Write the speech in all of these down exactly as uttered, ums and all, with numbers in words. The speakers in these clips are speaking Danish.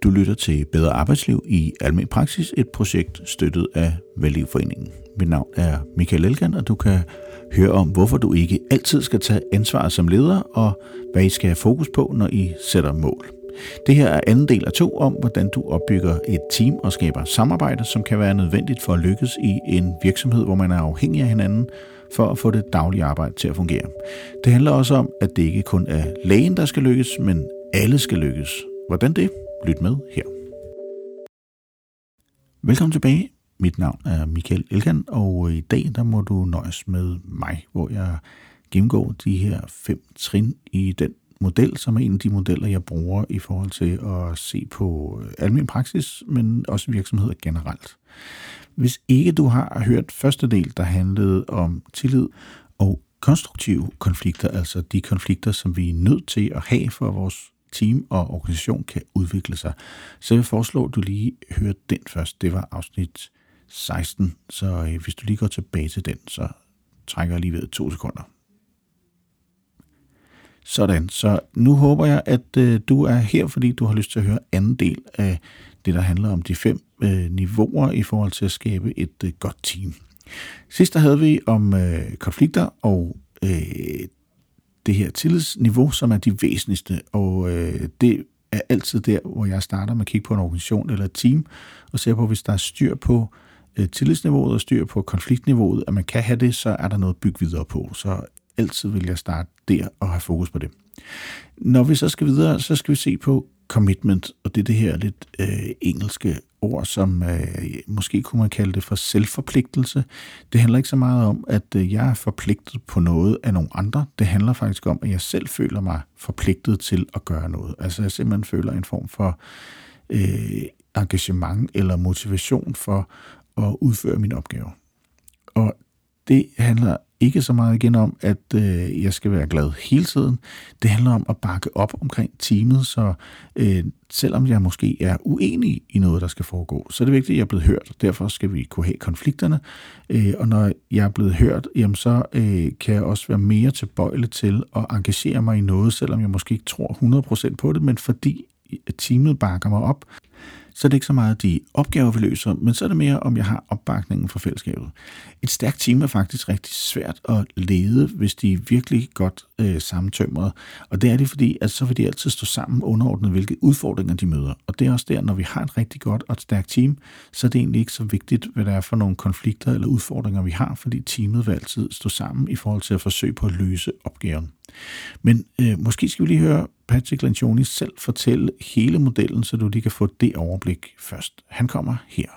Du lytter til Bedre Arbejdsliv i Almen Praksis, et projekt støttet af Vælgerforeningen. Mit navn er Michael Elkan, og du kan høre om, hvorfor du ikke altid skal tage ansvar som leder, og hvad I skal have fokus på, når I sætter mål. Det her er anden del af to om, hvordan du opbygger et team og skaber samarbejde, som kan være nødvendigt for at lykkes i en virksomhed, hvor man er afhængig af hinanden, for at få det daglige arbejde til at fungere. Det handler også om, at det ikke kun er lægen, der skal lykkes, men alle skal lykkes. Hvordan det? Lyt med her. Velkommen tilbage. Mit navn er Michael Elkan, og i dag der må du nøjes med mig, hvor jeg gennemgår de her fem trin i den model, som er en af de modeller, jeg bruger i forhold til at se på almen praksis, men også virksomheder generelt. Hvis ikke du har hørt første del, der handlede om tillid og konstruktive konflikter, altså de konflikter, som vi er nødt til at have for vores team og organisation kan udvikle sig, så jeg foreslår, at du lige hører den først. Det var afsnit seksten, så hvis du lige går tilbage til den, så trækker jeg lige ved to sekunder. Sådan, så nu håber jeg, at øh, du er her, fordi du har lyst til at høre anden del af det, der handler om de fem øh, niveauer i forhold til at skabe et øh, godt team. Sidst der havde vi om øh, konflikter og øh, det her tillidsniveau, som er de væsentligste, og øh, det er altid der, hvor jeg starter med at kigge på en organisation eller et team, og ser på, hvis der er styr på øh, tillidsniveauet og styr på konfliktniveauet, at man kan have det, så er der noget at bygge videre på. Så altid vil jeg starte der og have fokus på det. Når vi så skal videre, så skal vi se på commitment, og det er det her lidt øh, engelske ord, som øh, måske kunne man kalde det for selvforpligtelse. Det handler ikke så meget om, at øh, jeg er forpligtet på noget af nogle andre. Det handler faktisk om, at jeg selv føler mig forpligtet til at gøre noget. Altså jeg simpelthen føler en form for øh, engagement eller motivation for at udføre mine opgaver. Og det handler ikke så meget igen om, at øh, jeg skal være glad hele tiden. Det handler om at bakke op omkring teamet, så øh, selvom jeg måske er uenig i noget, der skal foregå, så er det vigtigt, at jeg er blevet hørt. Derfor skal vi kunne have konflikterne. Øh, og når jeg er blevet hørt, jamen så øh, kan jeg også være mere tilbøjelig til at engagere mig i noget, selvom jeg måske ikke tror hundrede procent på det, men fordi teamet bakker mig op, så er det ikke så meget de opgaver, vi løser, men så er det mere, om jeg har opbakningen fra fællesskabet. Et stærkt team er faktisk rigtig svært at lede, hvis de er virkelig godt øh, sammentømrede. Og det er det, fordi at så vil de altid stå sammen underordnet, hvilke udfordringer de møder. Og det er også der, når vi har et rigtig godt og et stærkt team, så er det egentlig ikke så vigtigt, hvad der er for nogle konflikter eller udfordringer, vi har, fordi teamet vil altid stå sammen i forhold til at forsøge på at løse opgaven. Men øh, måske skal vi lige høre Patrick Lencioni selv fortælle hele modellen, så du lige kan få det overblik først. Han kommer her.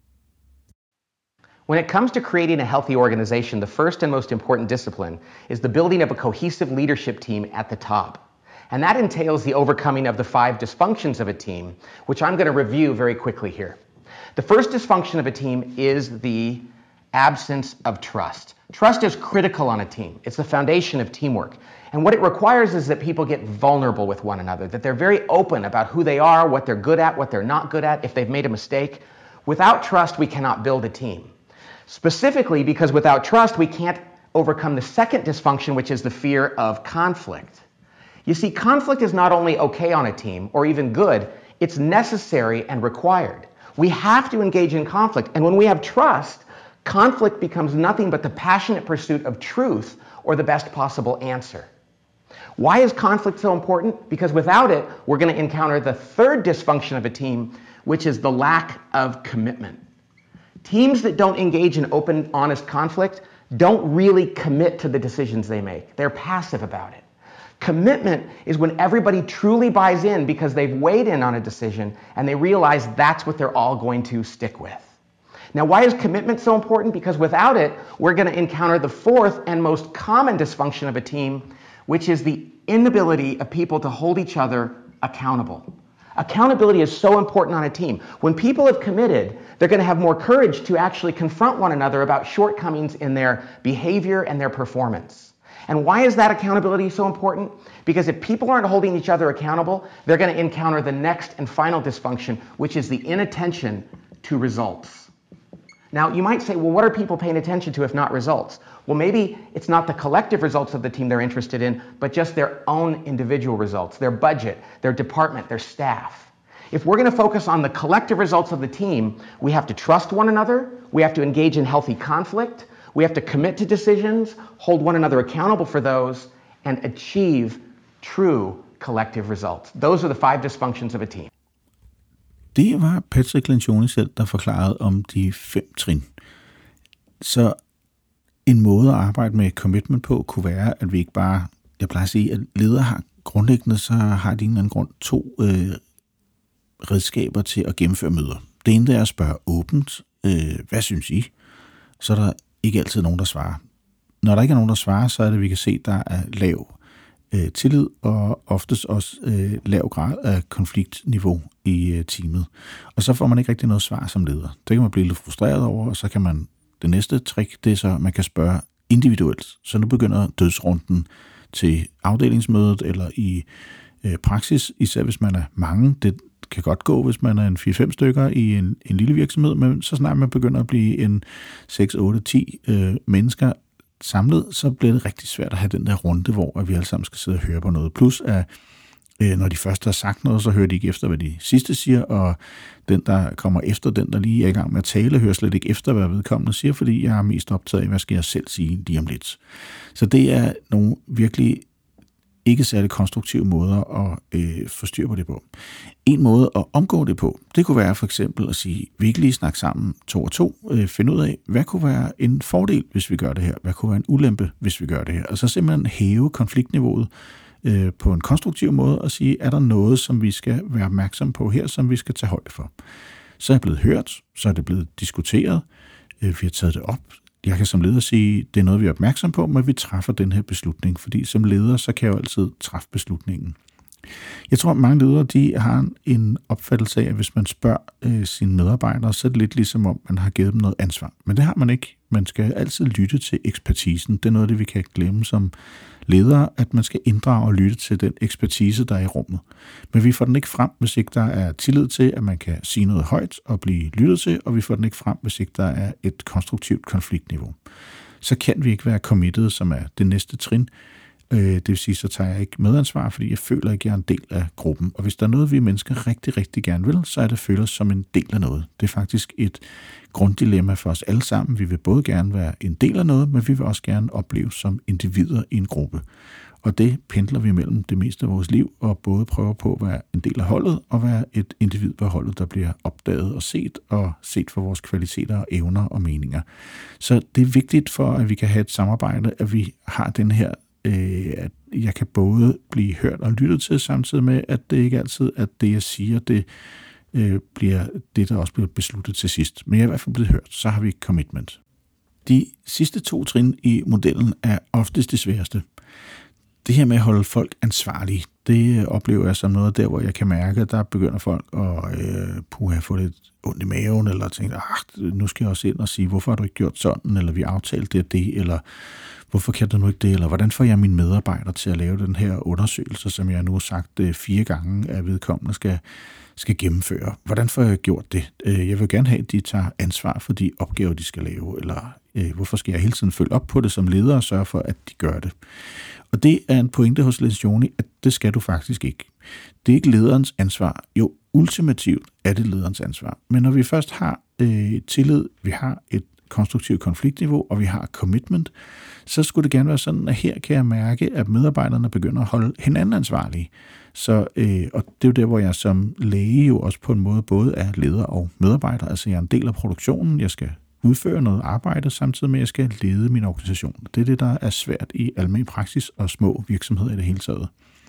When it comes to creating a healthy organization, the first and most important discipline is the building of a cohesive leadership team at the top. And that entails the overcoming of the five dysfunctions of a team, which I'm going to review very quickly here. The first dysfunction of a team is the absence of trust. Trust is critical on a team. It's the foundation of teamwork. And what it requires is that people get vulnerable with one another, that they're very open about who they are, what they're good at, what they're not good at, if they've made a mistake. Without trust, we cannot build a team. Specifically because without trust, we can't overcome the second dysfunction, which is the fear of conflict. You see, conflict is not only okay on a team, or even good, it's necessary and required. We have to engage in conflict, and when we have trust, conflict becomes nothing but the passionate pursuit of truth or the best possible answer. Why is conflict so important? Because without it, we're going to encounter the third dysfunction of a team, which is the lack of commitment. Teams that don't engage in open, honest conflict don't really commit to the decisions they make. They're passive about it. Commitment is when everybody truly buys in because they've weighed in on a decision and they realize that's what they're all going to stick with. Now, why is commitment so important? Because without it, we're going to encounter the fourth and most common dysfunction of a team, which is the inability of people to hold each other accountable. Accountability is so important on a team. When people have committed, they're going to have more courage to actually confront one another about shortcomings in their behavior and their performance. And why is that accountability so important? Because if people aren't holding each other accountable, they're going to encounter the next and final dysfunction, which is the inattention to results. Now, you might say, well, what are people paying attention to if not results? Well, maybe it's not the collective results of the team they're interested in, but just their own individual results, their budget, their department, their staff. If we're going to focus on the collective results of the team, we have to trust one another, we have to engage in healthy conflict, we have to commit to decisions, hold one another accountable for those, and achieve true collective results. Those are the five dysfunctions of a team. Det var Patrick Lencioni selv, der forklarede om de fem trin. Så en måde at arbejde med commitment på kunne være, at vi ikke bare, jeg plejer at sige, at ledere har grundlæggende, så har de en eller anden grund to øh, redskaber til at gennemføre møder. Det ene er at spørge åbent, øh, hvad synes I? Så er der ikke altid nogen, der svarer. Når der ikke er nogen, der svarer, så er det, at vi kan se, at der er lav øh, tillid og oftest også øh, lav grad af konfliktniveau i øh, teamet. Og så får man ikke rigtig noget svar som leder. Det kan man blive lidt frustreret over, og så kan man, det næste trick, det er så, at man kan spørge individuelt. Så nu begynder dødsrunden til afdelingsmødet eller i øh, praksis, især hvis man er mange. Det kan godt gå, hvis man er en fire fem stykker i en, en lille virksomhed, men så snart man begynder at blive en seks otte ti øh, mennesker samlet, så bliver det rigtig svært at have den der runde, hvor vi alle sammen skal sidde og høre på noget. Plus, at øh, når de første har sagt noget, så hører de ikke efter, hvad de sidste siger, og den, der kommer efter, den, der lige er i gang med at tale, hører slet ikke efter, hvad vedkommende siger, fordi jeg er mest optaget af, hvad skal jeg selv sige lige om lidt. Så det er nogle virkelig ikke særlig konstruktive måder at øh, få styr på det på. En måde at omgå det på, det kunne være for eksempel at sige, vi ikke lige snakke sammen to og to, øh, finde ud af, hvad kunne være en fordel, hvis vi gør det her, hvad kunne være en ulempe, hvis vi gør det her, og så simpelthen hæve konfliktniveauet øh, på en konstruktiv måde og sige, er der noget, som vi skal være opmærksom på her, som vi skal tage højde for. Så er det blevet hørt, så er det blevet diskuteret, øh, vi har taget det op. Jeg kan som leder sige, det er noget, vi er opmærksom på, men vi træffer den her beslutning, fordi som leder, så kan jeg jo altid træffe beslutningen. Jeg tror, at mange ledere, de har en opfattelse af, at hvis man spørger øh, sine medarbejdere, så er det lidt ligesom om, man har givet dem noget ansvar. Men det har man ikke. Man skal altid lytte til ekspertisen. Det er noget af det, vi kan glemme som ledere, at man skal inddrage og lytte til den ekspertise, der er i rummet. Men vi får den ikke frem, hvis ikke der er tillid til, at man kan sige noget højt og blive lyttet til, og vi får den ikke frem, hvis ikke der er et konstruktivt konfliktniveau. Så kan vi ikke være committed, som er det næste trin. Det vil sige, så tager jeg ikke medansvar, fordi jeg føler ikke, jeg er en del af gruppen. Og hvis der er noget, vi mennesker rigtig, rigtig gerne vil, så er det føles som en del af noget. Det er faktisk et grunddilemma for os alle sammen. Vi vil både gerne være en del af noget, men vi vil også gerne opleves som individer i en gruppe. Og det pendler vi mellem det meste af vores liv, og både prøver på at være en del af holdet, og være et individ på holdet, der bliver opdaget og set, og set for vores kvaliteter og evner og meninger. Så det er vigtigt for, at vi kan have et samarbejde, at vi har den her at jeg kan både blive hørt og lyttet til, samtidig med, at det ikke altid er det, jeg siger, det øh, bliver det, der også bliver besluttet til sidst. Men jeg er i hvert fald blevet hørt, så har vi commitment. De sidste to trin i modellen er oftest det sværeste. Det her med at holde folk ansvarlige, det oplever jeg som noget der, hvor jeg kan mærke, at der begynder folk at øh, puha, få lidt ondt i maven, eller tænke, ah, nu skal jeg også ind og sige, hvorfor har du ikke gjort sådan, eller vi aftalte det og det, eller hvorfor kan du nu ikke det, eller hvordan får jeg mine medarbejdere til at lave den her undersøgelse, som jeg nu har sagt øh, fire gange, at vedkommende skal, skal gennemføre. Hvordan får jeg gjort det? Jeg vil gerne have, at de tager ansvar for de opgaver, de skal lave, eller øh, hvorfor skal jeg hele tiden følge op på det som leder og sørge for, at de gør det? Og det er en pointe hos Lencioni, at det skal du faktisk ikke. Det er ikke lederens ansvar. Jo, ultimativt er det lederens ansvar. Men når vi først har øh, tillid, vi har et konstruktivt konfliktniveau, og vi har commitment, så skulle det gerne være sådan, at her kan jeg mærke, at medarbejderne begynder at holde hinanden ansvarlige. Så, øh, og det er jo der, hvor jeg som læge jo også på en måde både er leder og medarbejder. Altså jeg er en del af produktionen, jeg skal udføre noget arbejde, samtidig med, at jeg skal lede min organisation. Det er det, der er svært i almen praksis og små virksomheder i det hele taget.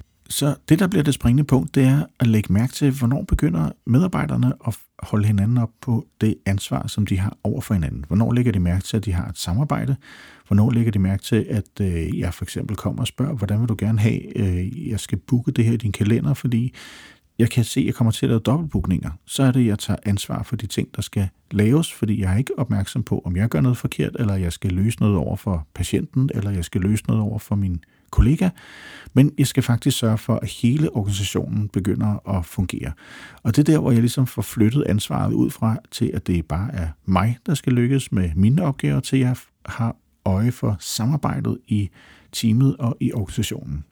Så det, der bliver det springende punkt, det er at lægge mærke til, hvornår begynder medarbejderne at holde hinanden op på det ansvar, som de har over for hinanden. Hvornår lægger de mærke til, at de har et samarbejde? Hvornår lægger de mærke til, at øh, jeg for eksempel kommer og spørger, hvordan vil du gerne have, øh, jeg skal booke det her i din kalender, fordi jeg kan se, at jeg kommer til at lave dobbeltbookninger. Så er det, at jeg tager ansvar for de ting, der skal laves, fordi jeg er ikke opmærksom på, om jeg gør noget forkert, eller jeg skal løse noget over for patienten, eller jeg skal løse noget over for min kollega, men jeg skal faktisk sørge for, at hele organisationen begynder at fungere. Og det er der, hvor jeg ligesom får flyttet ansvaret ud fra til, at det bare er mig, der skal lykkes med mine opgaver, til jeg har øje for samarbejdet i teamet og i organisationen.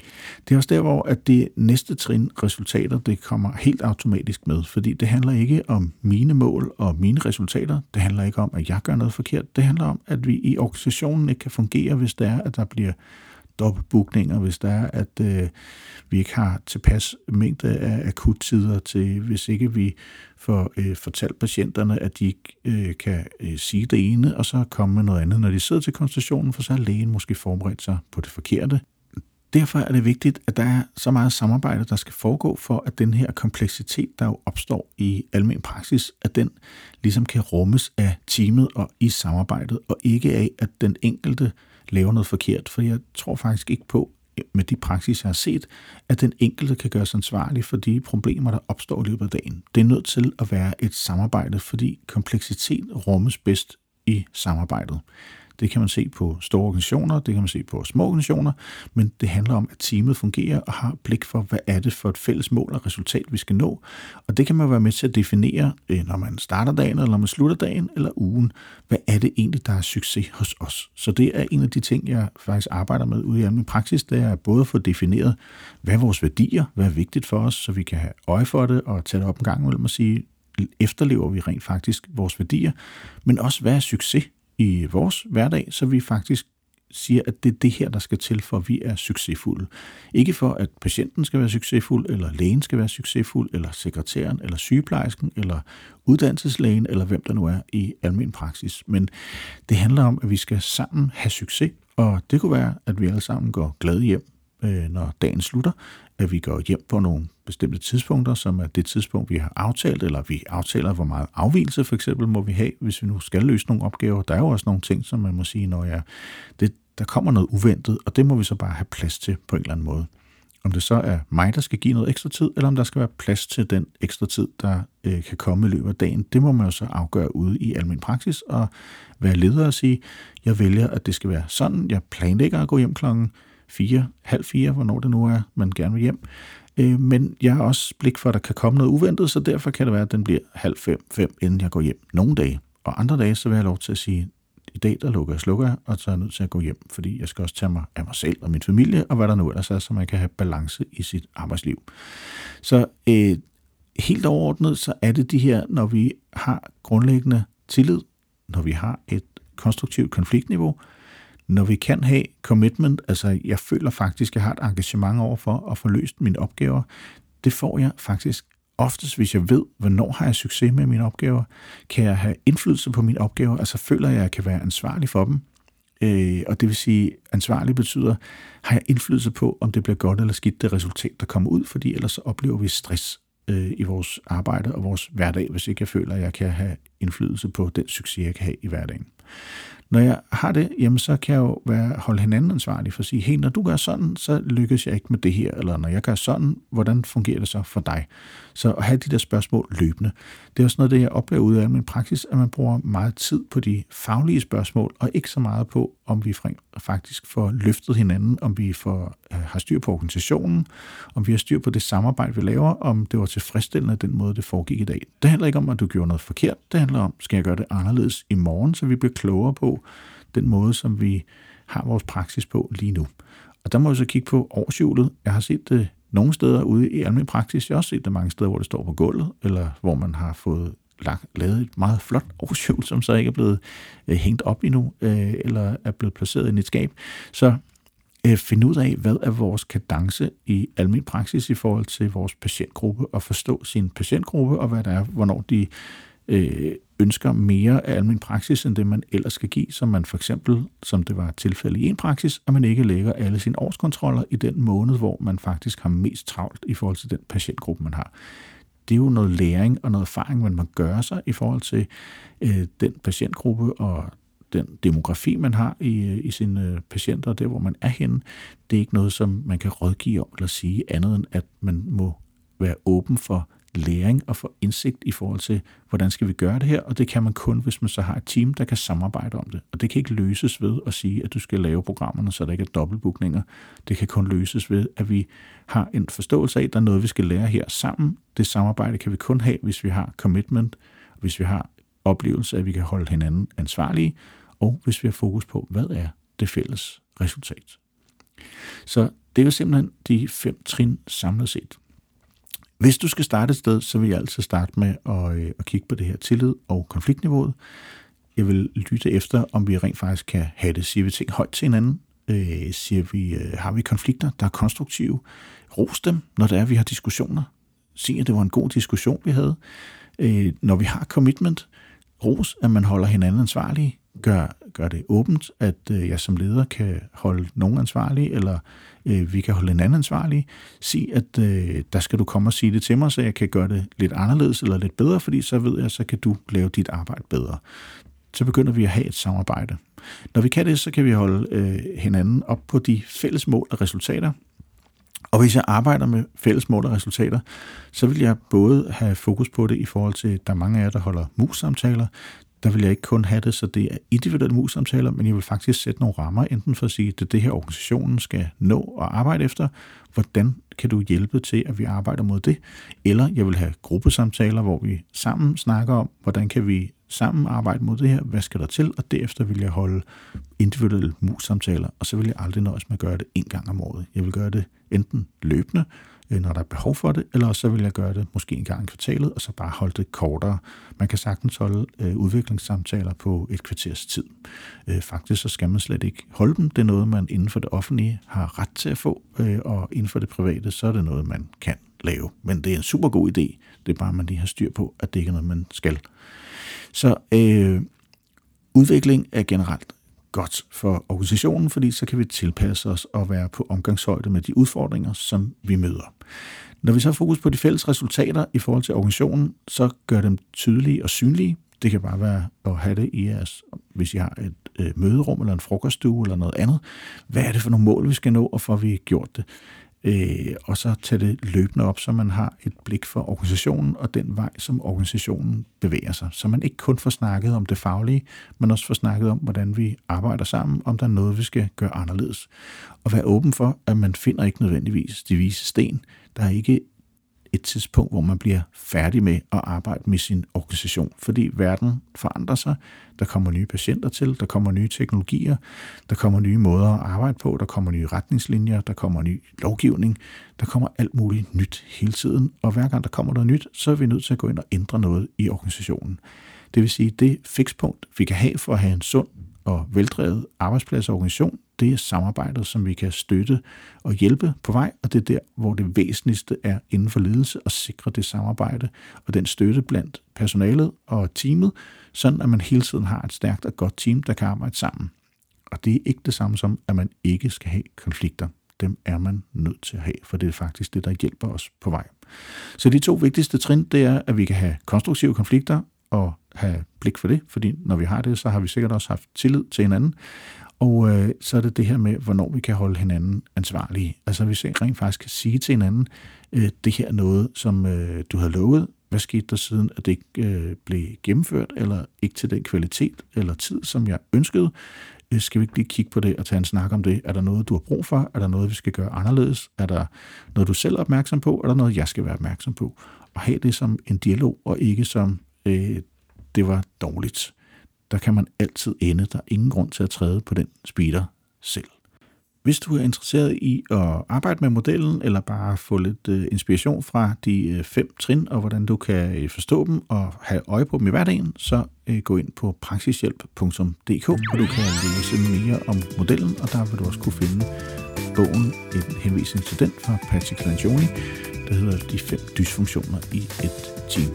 Det er også der, hvor at det næste trin, resultater, det kommer helt automatisk med, fordi det handler ikke om mine mål og mine resultater. Det handler ikke om, at jeg gør noget forkert. Det handler om, at vi i organisationen ikke kan fungere, hvis det er, at der bliver dobbeltbookninger, hvis det er, at øh, vi ikke har tilpas mængde af akuttider til, hvis ikke vi får øh, fortalt patienterne, at de ikke øh, kan øh, sige det ene, og så komme med noget andet, når de sidder til konsultationen, for så har lægen måske forberedt sig på det forkerte. Derfor er det vigtigt, at der er så meget samarbejde, der skal foregå for, at den her kompleksitet, der jo opstår i almen praksis, at den ligesom kan rummes af teamet og i samarbejdet, og ikke af, at den enkelte laver noget forkert. For jeg tror faktisk ikke på, med de praksis, jeg har set, at den enkelte kan gøre sig ansvarlig for de problemer, der opstår i løbet af dagen. Det er nødt til at være et samarbejde, fordi kompleksitet rummes bedst i samarbejdet. Det kan man se på store organisationer, det kan man se på små organisationer, men det handler om, at teamet fungerer og har blik for, hvad er det for et fælles mål og resultat, vi skal nå. Og det kan man være med til at definere, når man starter dagen, eller når man slutter dagen, eller ugen. Hvad er det egentlig, der er succes hos os? Så det er en af de ting, jeg faktisk arbejder med ude i almen praksis, det er både at få defineret, hvad er vores værdier, hvad er vigtigt for os, så vi kan have øje for det og tage det op en gang imellem og sige, efterlever vi rent faktisk vores værdier, men også, hvad er succes i vores hverdag, så vi faktisk siger, at det er det her, der skal til, for at vi er succesfulde. Ikke for, at patienten skal være succesfuld, eller lægen skal være succesfuld, eller sekretæren, eller sygeplejersken, eller uddannelseslægen, eller hvem der nu er i almen praksis. Men det handler om, at vi skal sammen have succes, og det kunne være, at vi alle sammen går glade hjem, når dagen slutter, at vi går hjem på nogle bestemte tidspunkter, som er det tidspunkt, vi har aftalt, eller vi aftaler, hvor meget afvigelse for eksempel må vi have, hvis vi nu skal løse nogle opgaver. Der er jo også nogle ting, som man må sige, når jeg, det, der kommer noget uventet, og det må vi så bare have plads til på en eller anden måde. Om det så er mig, der skal give noget ekstra tid, eller om der skal være plads til den ekstra tid, der øh, kan komme i løbet af dagen, det må man jo så afgøre ude i almen praksis, og være leder og sige, jeg vælger, at det skal være sådan, jeg planlægger at gå hjem klokken fire, halv fire, hvornår det nu er, man gerne vil hjem. Øh, men jeg har også blik for, at der kan komme noget uventet, så derfor kan det være, at den bliver halv fem, fem, inden jeg går hjem. Nogle dage. Og andre dage, så vil jeg have lov til at sige, i dag, der lukker jeg slukker, og så er jeg nødt til at gå hjem, fordi jeg skal også tage mig af mig selv og min familie, og hvad der nu ellers er, så man kan have balance i sit arbejdsliv. Så øh, helt overordnet, så er det de her, når vi har grundlæggende tillid, når vi har et konstruktivt konfliktniveau, når vi kan have commitment, altså jeg føler faktisk, at jeg har et engagement over for at få løst mine opgaver, det får jeg faktisk oftest, hvis jeg ved, hvornår har jeg succes med mine opgaver, kan jeg have indflydelse på mine opgaver, altså føler jeg, at jeg kan være ansvarlig for dem. Øh, og det vil sige, ansvarlig betyder, har jeg indflydelse på, om det bliver godt eller skidt det resultat, der kommer ud, fordi ellers så oplever vi stress øh, i vores arbejde og vores hverdag, hvis ikke jeg føler, at jeg kan have indflydelse på den succes, jeg kan have i hverdagen. Når jeg har det, jamen så kan jeg jo være, holde hinanden ansvarlig for at sige, hey, når du gør sådan, så lykkes jeg ikke med det her, eller når jeg gør sådan, hvordan fungerer det så for dig? Så at have de der spørgsmål løbende. Det er også noget, det jeg oplever ude af min praksis, at man bruger meget tid på de faglige spørgsmål, og ikke så meget på, om vi faktisk får løftet hinanden, om vi får, har styr på organisationen, om vi har styr på det samarbejde, vi laver, om det var tilfredsstillende den måde, det foregik i dag. Det handler ikke om, at du gjorde noget forkert. Det handler om, skal jeg gøre det anderledes i morgen, så vi bliver klogere på den måde, som vi har vores praksis på lige nu. Og der må vi så kigge på årshjulet. Jeg har set det nogle steder ude i almen praksis. Jeg har også set det mange steder, hvor det står på gulvet, eller hvor man har fået lagt, lavet et meget flot årshjul, som så ikke er blevet øh, hængt op endnu, øh, eller er blevet placeret i et skab. Så øh, finde ud af, hvad er vores kadence i almen praksis i forhold til vores patientgruppe, og forstå sin patientgruppe, og hvad der er, hvornår de øh, ønsker mere af almen praksis, end det man ellers skal give, som man for eksempel, som det var tilfældet i en praksis, at man ikke lægger alle sine årskontroller i den måned, hvor man faktisk har mest travlt i forhold til den patientgruppe, man har. Det er jo noget læring og noget erfaring, man må gøre sig i forhold til øh, den patientgruppe og den demografi, man har i, i sine patienter, der hvor man er henne. Det er ikke noget, som man kan rådgive om eller sige andet, end at man må være åben for læring og få indsigt i forhold til, hvordan skal vi gøre det her, og det kan man kun, hvis man så har et team, der kan samarbejde om det. Og det kan ikke løses ved at sige, at du skal lave programmerne, så der ikke er dobbeltbookninger. Det kan kun løses ved, at vi har en forståelse af, at der er noget, vi skal lære her sammen. Det samarbejde kan vi kun have, hvis vi har commitment, hvis vi har oplevelse af, at vi kan holde hinanden ansvarlige, og hvis vi har fokus på, hvad er det fælles resultat. Så Det er jo simpelthen de fem trin samlet set. Hvis du skal starte et sted, så vil jeg altid starte med at, øh, at kigge på det her tillid og konfliktniveauet. Jeg vil lytte efter, om vi rent faktisk kan have det. Siger vi ting højt til hinanden? Øh, siger vi, øh, har vi konflikter, der er konstruktive? Ros dem, når det er, vi har diskussioner. Sig, at det var en god diskussion, vi havde. Øh, når vi har commitment, ros, at man holder hinanden ansvarlige. Gør, gør det åbent, at øh, jeg som leder kan holde nogen ansvarlige, eller øh, vi kan holde hinanden ansvarlige. Sig, at øh, der skal du komme og sige det til mig, så jeg kan gøre det lidt anderledes eller lidt bedre, fordi så ved jeg, så kan du lave dit arbejde bedre. Så begynder vi at have et samarbejde. Når vi kan det, så kan vi holde øh, hinanden op på de fælles mål og resultater. Og hvis jeg arbejder med fælles mål og resultater, så vil jeg både have fokus på det i forhold til, at der er mange af jer, der holder mus-samtaler. Der vil jeg ikke kun have det, så det er individuelle mus-samtaler, men jeg vil faktisk sætte nogle rammer, enten for at sige, at det er det her, organisationen skal nå og arbejde efter. Hvordan kan du hjælpe til, at vi arbejder mod det? Eller jeg vil have gruppesamtaler, hvor vi sammen snakker om, hvordan kan vi sammen arbejde mod det her, hvad skal der til? Og derefter vil jeg holde individuelle mus-samtaler, og så vil jeg aldrig nøjes med at gøre det en gang om året. Jeg vil gøre det enten løbende, når der er behov for det, eller så vil jeg gøre det måske en gang i kvartalet, og så bare holde det kortere. Man kan sagtens holde øh, udviklingssamtaler på et kvarters tid. Øh, faktisk så skal man slet ikke holde dem. Det er noget, man inden for det offentlige har ret til at få, øh, og inden for det private, så er det noget, man kan lave. Men det er en super god idé. Det er bare, man lige har styr på, at det ikke er noget, man skal. Så øh, udvikling er generelt godt for organisationen, fordi så kan vi tilpasse os og være på omgangshøjde med de udfordringer, som vi møder. Når vi så har fokus på de fælles resultater i forhold til organisationen, så gør dem tydelige og synlige. Det kan bare være at have det i jeres, hvis I har et øh, møderum eller en frokoststue eller noget andet. Hvad er det for nogle mål, vi skal nå, og får vi gjort det? Øh, og så tage det løbende op, så man har et blik for organisationen og den vej, som organisationen bevæger sig. Så man ikke kun får snakket om det faglige, men også får snakket om, hvordan vi arbejder sammen, om der er noget, vi skal gøre anderledes. Og være åben for, at man finder ikke nødvendigvis de vise sten. Der er ikke et tidspunkt, hvor man bliver færdig med at arbejde med sin organisation, fordi verden forandrer sig. Der kommer nye patienter til, der kommer nye teknologier, der kommer nye måder at arbejde på, der kommer nye retningslinjer, der kommer ny lovgivning, der kommer alt muligt nyt hele tiden, og hver gang der kommer noget nyt, så er vi nødt til at gå ind og ændre noget i organisationen. Det vil sige, det fikspunkt, vi kan have for at have en sund og veldrevet arbejdsplads og organisation, det er samarbejdet, som vi kan støtte og hjælpe på vej, og det er der, hvor det væsentligste er inden for ledelse at sikre det samarbejde og den støtte blandt personalet og teamet, sådan at man hele tiden har et stærkt og godt team, der kan arbejde sammen. Og det er ikke det samme som, at man ikke skal have konflikter. Dem er man nødt til at have, for det er faktisk det, der hjælper os på vej. Så de to vigtigste trin, det er, at vi kan have konstruktive konflikter og have blik for det, fordi når vi har det, så har vi sikkert også haft tillid til hinanden. Og øh, så er det det her med, hvornår vi kan holde hinanden ansvarlige. Altså hvis vi rent faktisk kan sige til hinanden, øh, det her er noget, som øh, du havde lovet. Hvad skete der siden, at det ikke øh, blev gennemført, eller ikke til den kvalitet eller tid, som jeg ønskede? Øh, skal vi ikke lige kigge på det og tage en snak om det? Er der noget, du har brug for? Er der noget, vi skal gøre anderledes? Er der noget, du selv er opmærksom på? Er der noget, jeg skal være opmærksom på? Og have det som en dialog, og ikke som, øh, det var dårligt. Der kan man altid ende. Der er ingen grund til at træde på den speeder selv. Hvis du er interesseret i at arbejde med modellen, eller bare få lidt inspiration fra de fem trin, og hvordan du kan forstå dem og have øje på dem i hverdagen, så gå ind på praksishjælp punktum d k, og du kan læse mere om modellen, og der vil du også kunne finde bogen, en henvisning til den fra Patrick Lencioni, der hedder De fem dysfunktioner i et team.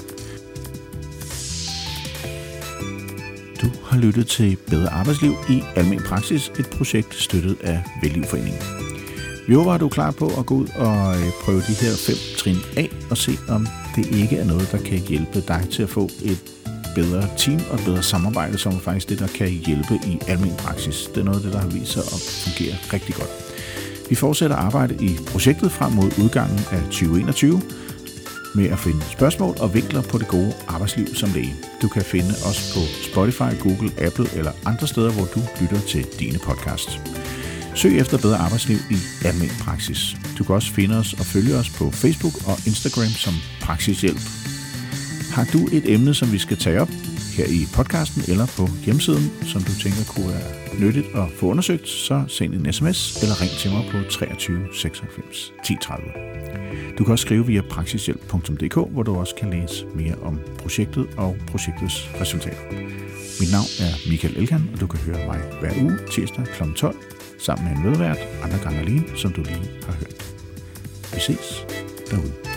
Du har lyttet til Bedre Arbejdsliv i Almen Praksis, et projekt støttet af Vellivforeningen. Vi håber, at du er klar på at gå ud og prøve de her fem trin af og se, om det ikke er noget, der kan hjælpe dig til at få et bedre team og et bedre samarbejde, som er faktisk det, der kan hjælpe i almen praksis. Det er noget af det, der har vist sig at fungere rigtig godt. Vi fortsætter arbejde i projektet frem mod udgangen af tyve enogtyve med at finde spørgsmål og vinkler på det gode arbejdsliv som læge. Du kan finde os på Spotify, Google, Apple eller andre steder, hvor du lytter til dine podcasts. Søg efter Bedre Arbejdsliv i almen praksis. Du kan også finde os og følge os på Facebook og Instagram som Praksishjælp. Har du et emne, som vi skal tage op? her i podcasten eller på hjemmesiden, som du tænker kunne være nyttigt at få undersøgt, så send en sms eller ring til mig på treogtyve seksoghalvfems ti tredive. Du kan også skrive via praksishjælp punktum d k, hvor du også kan læse mere om projektet og projektets resultater. Mit navn er Michael Elkan, og du kan høre mig hver uge tirsdag klokken tolv sammen med en medvært, andre gange alene, som du lige har hørt. Vi ses derude.